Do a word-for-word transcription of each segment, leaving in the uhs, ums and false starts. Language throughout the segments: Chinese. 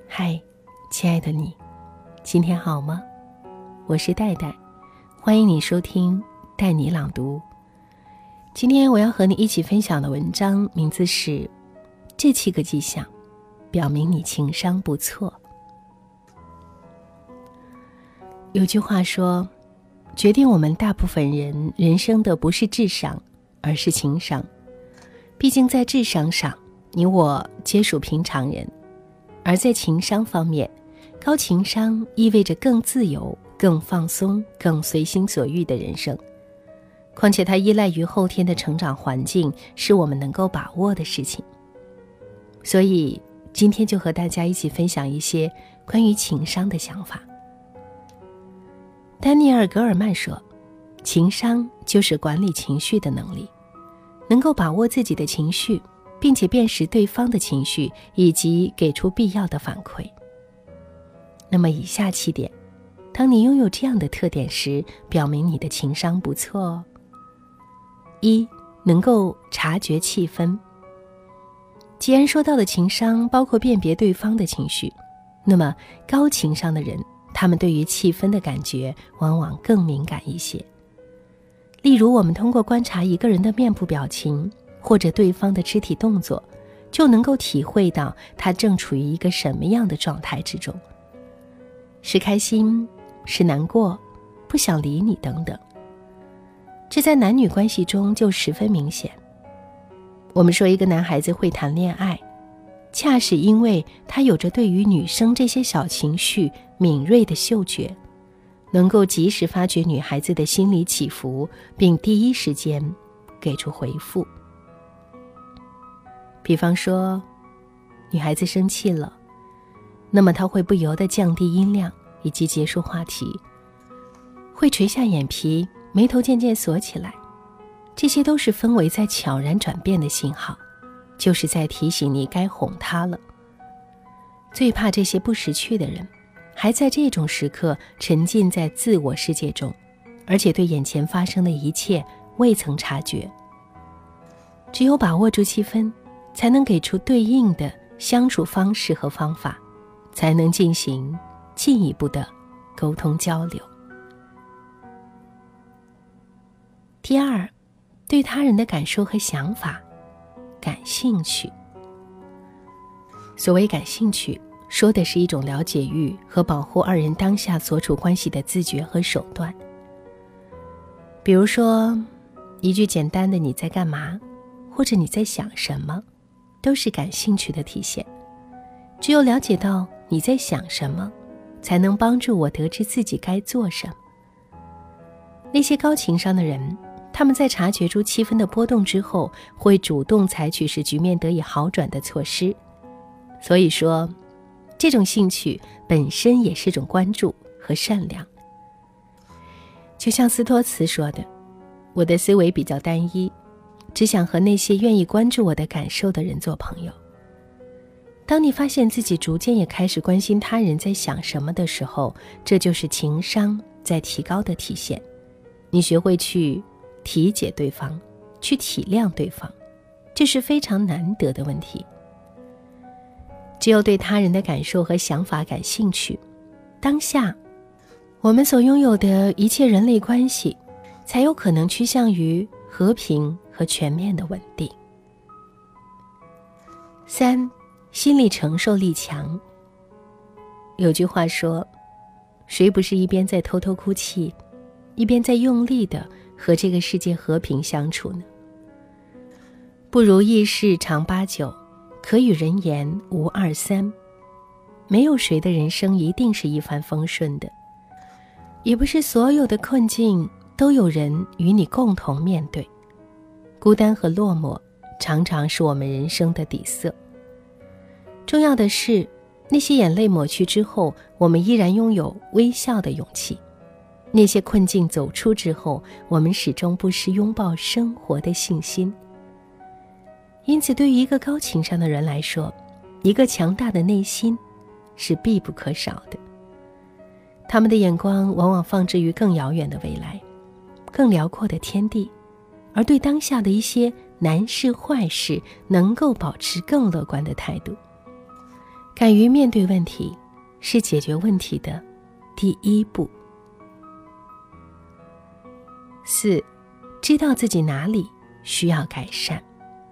嗨，亲爱的你，今天好吗？我是戴戴，欢迎你收听带你朗读。今天我要和你一起分享的文章名字是这七个迹象表明你情商不错。有句话说，决定我们大部分人人生的不是智商，而是情商。毕竟在智商上，你我皆属平常人，而在情商方面，高情商意味着更自由、更放松、更随心所欲的人生。况且它依赖于后天的成长环境，是我们能够把握的事情。所以今天就和大家一起分享一些关于情商的想法。丹尼尔·格尔曼说，情商就是管理情绪的能力，能够把握自己的情绪，并且辨识对方的情绪，以及给出必要的反馈。那么以下七点，当你拥有这样的特点时，表明你的情商不错哦。一，能够察觉气氛。既然说到的情商包括辨别对方的情绪，那么高情商的人，他们对于气氛的感觉往往更敏感一些。例如，我们通过观察一个人的面部表情，或者对方的肢体动作，就能够体会到他正处于一个什么样的状态之中。是开心，是难过，不想理你等等。这在男女关系中就十分明显。我们说一个男孩子会谈恋爱，恰是因为他有着对于女生这些小情绪敏锐的嗅觉，能够及时发觉女孩子的心理起伏，并第一时间给出回复。比方说，女孩子生气了，那么他会不由地降低音量以及结束话题，会垂下眼皮，眉头渐渐锁起来，这些都是氛围在悄然转变的信号，就是在提醒你该哄她了。最怕这些不识趣的人，还在这种时刻沉浸在自我世界中，而且对眼前发生的一切未曾察觉。只有把握住气氛，才能给出对应的相处方式和方法，才能进行进一步的沟通交流。第二，对他人的感受和想法感兴趣。所谓感兴趣，说的是一种了解欲和保护二人当下所处关系的自觉和手段。比如说，一句简单的你在干嘛，或者你在想什么，都是感兴趣的体现。只有了解到你在想什么，才能帮助我得知自己该做什么。那些高情商的人，他们在察觉出气氛的波动之后，会主动采取使局面得以好转的措施。所以说，这种兴趣本身也是种关注和善良。就像斯托茨说的，我的思维比较单一，只想和那些愿意关注我的感受的人做朋友。当你发现自己逐渐也开始关心他人在想什么的时候，这就是情商在提高的体现。你学会去体解对方，去体谅对方，这是非常难得的问题。只有对他人的感受和想法感兴趣，当下我们所拥有的一切人类关系才有可能趋向于和平和全面的稳定。三，心理承受力强。有句话说，谁不是一边在偷偷哭泣，一边在用力的和这个世界和平相处呢？不如意事常八九，可与人言无二三。没有谁的人生一定是一帆风顺的，也不是所有的困境都有人与你共同面对。孤单和落寞常常是我们人生的底色。重要的是，那些眼泪抹去之后，我们依然拥有微笑的勇气。那些困境走出之后，我们始终不失拥抱生活的信心。因此，对于一个高情商的人来说，一个强大的内心是必不可少的。他们的眼光往往放置于更遥远的未来，更辽阔的天地，而对当下的一些难事坏事能够保持更乐观的态度。 敢于面对问题，是解决问题的第一步。四，知道自己哪里需要改善。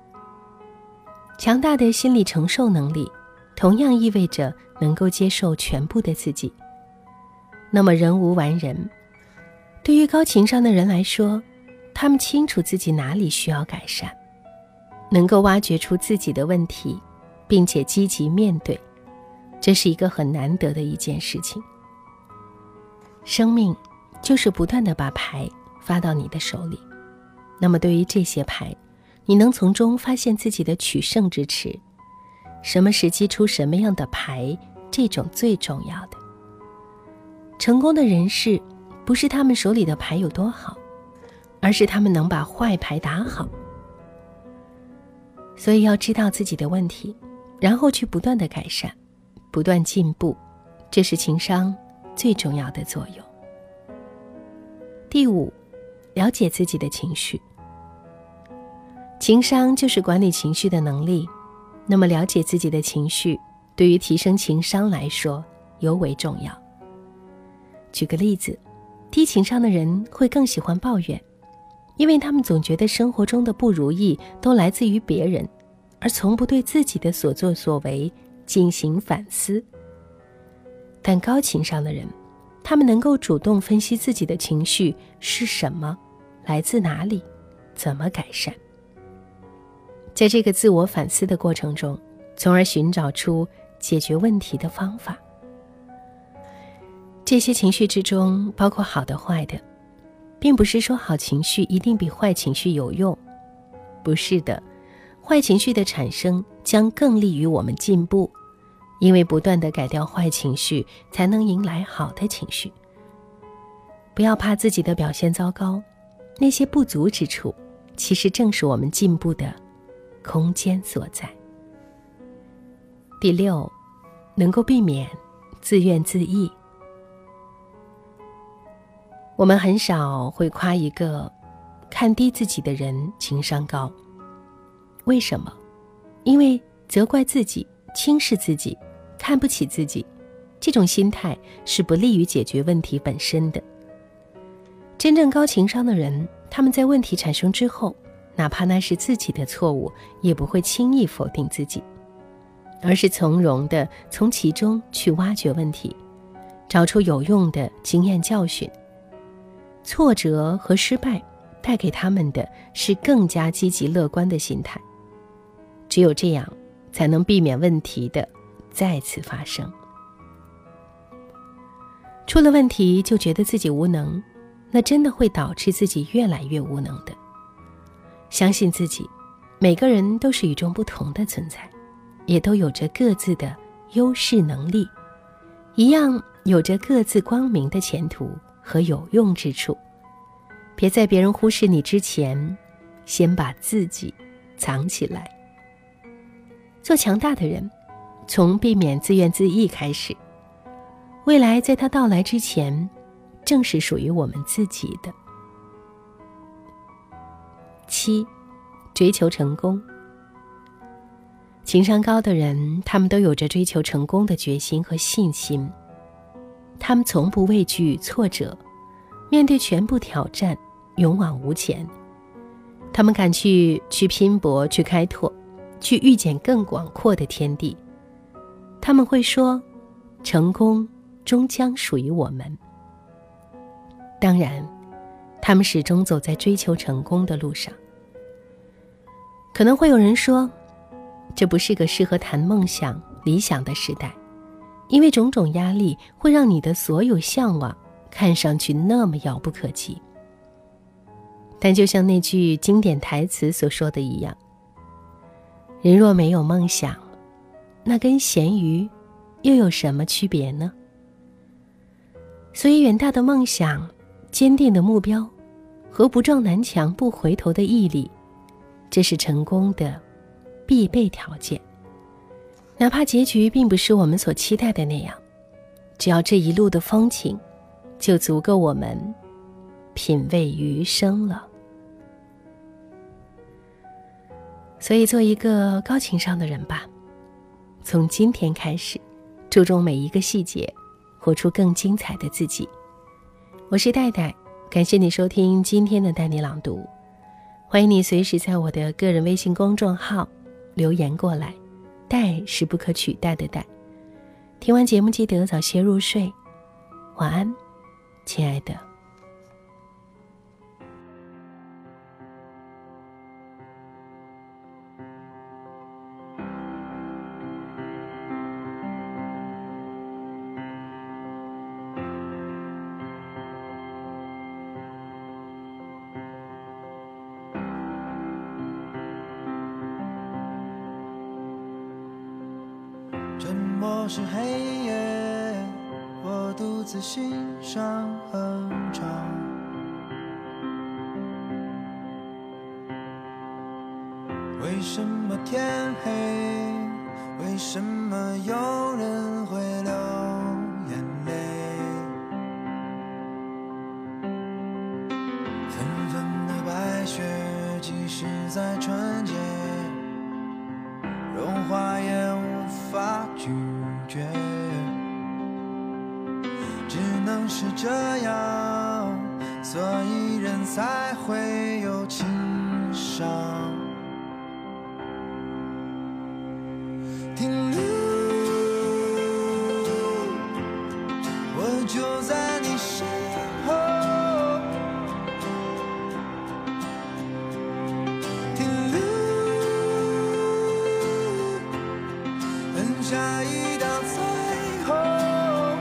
强大的心理承受能力，同样意味着能够接受全部的自己。那么人无完人，对于高情商的人来说，他们清楚自己哪里需要改善，能够挖掘出自己的问题，并且积极面对，这是一个很难得的一件事情。生命就是不断地把牌发到你的手里，那么对于这些牌，你能从中发现自己的取胜之持，什么时机出什么样的牌，这种最重要的。成功的人士不是他们手里的牌有多好，而是他们能把坏牌打好。所以要知道自己的问题，然后去不断的改善，不断进步，这是情商最重要的作用。第五，了解自己的情绪。情商就是管理情绪的能力，那么了解自己的情绪，对于提升情商来说尤为重要。举个例子，低情商的人会更喜欢抱怨，因为他们总觉得生活中的不如意都来自于别人，而从不对自己的所作所为进行反思。但高情商的人，他们能够主动分析自己的情绪是什么，来自哪里，怎么改善。在这个自我反思的过程中，从而寻找出解决问题的方法。这些情绪之中包括好的坏的，并不是说好情绪一定比坏情绪有用，不是的，坏情绪的产生将更利于我们进步，因为不断地改掉坏情绪，才能迎来好的情绪。不要怕自己的表现糟糕，那些不足之处，其实正是我们进步的空间所在。第六，能够避免自怨自艾。我们很少会夸一个看低自己的人情商高。为什么？因为责怪自己、轻视自己、看不起自己，这种心态是不利于解决问题本身的。真正高情商的人，他们在问题产生之后，哪怕那是自己的错误，也不会轻易否定自己，而是从容地从其中去挖掘问题，找出有用的经验教训。挫折和失败带给他们的是更加积极乐观的心态，只有这样才能避免问题的再次发生。出了问题就觉得自己无能，那真的会导致自己越来越无能的。相信自己，每个人都是与众不同的存在，也都有着各自的优势能力，一样有着各自光明的前途和有用之处。别在别人忽视你之前，先把自己藏起来。做强大的人，从避免自怨自艾开始，未来在它到来之前，正是属于我们自己的。七，追求成功。情商高的人，他们都有着追求成功的决心和信心，他们从不畏惧挫折，面对全部挑战勇往无前，他们敢去去拼搏，去开拓，去遇见更广阔的天地。他们会说，成功终将属于我们。当然，他们始终走在追求成功的路上。可能会有人说，这不是个适合谈梦想、理想的时代，因为种种压力会让你的所有向往看上去那么遥不可及。但就像那句经典台词所说的一样，人若没有梦想，那跟咸鱼又有什么区别呢？所以远大的梦想、坚定的目标和不撞南墙不回头的毅力，这是成功的必备条件。哪怕结局并不是我们所期待的那样，只要这一路的风景就足够我们品味余生了。所以做一个高情商的人吧， 从今天开始，注重每一个细节，活出更精彩的自己。我是戴戴，感谢你收听今天的带你朗读。欢迎你随时在我的个人微信公众号留言过来，戴是不可取代的戴。听完节目记得早些入睡，晚安，亲爱的。 沉默是黑夜，我独自欣赏哼唱。为什么天黑？为什么有人会流眼泪？纷纷的白雪，即使在春节，融化也无法拒绝，只能是这样，所以人才会有情伤。停留，我就在你身后。停留，等下一道彩虹。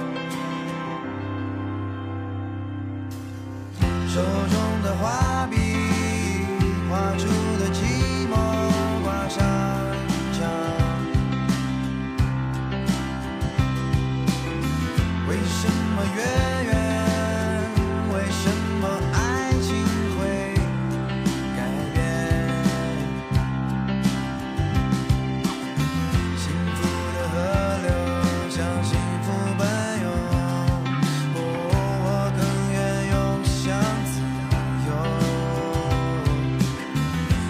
手中的画笔，画出的寂寞，挂上墙。为什么月圆？为什么爱情会改变？幸福的河流向幸福奔涌，哦，我更愿涌向自由。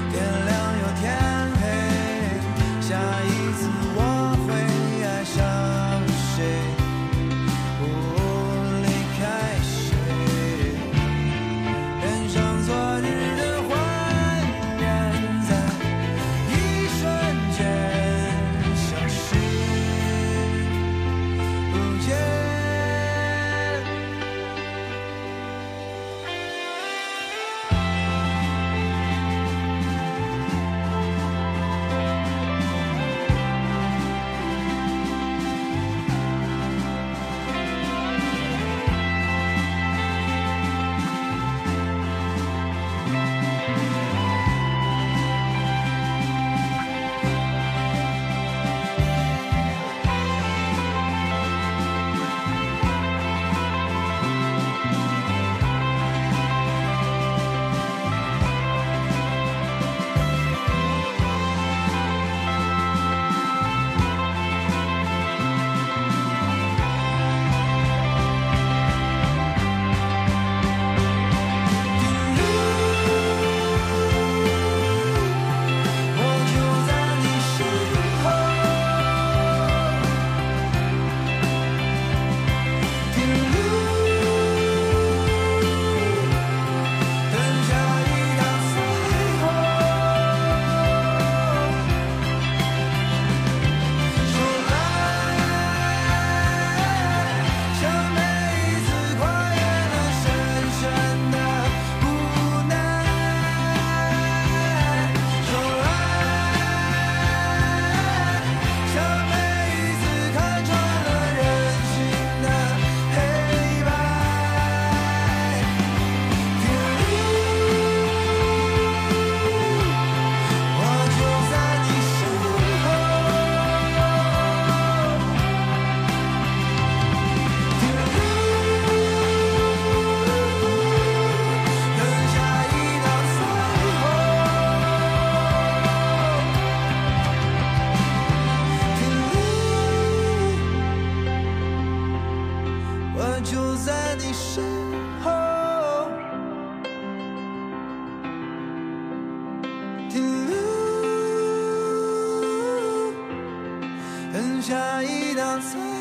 下一辆赛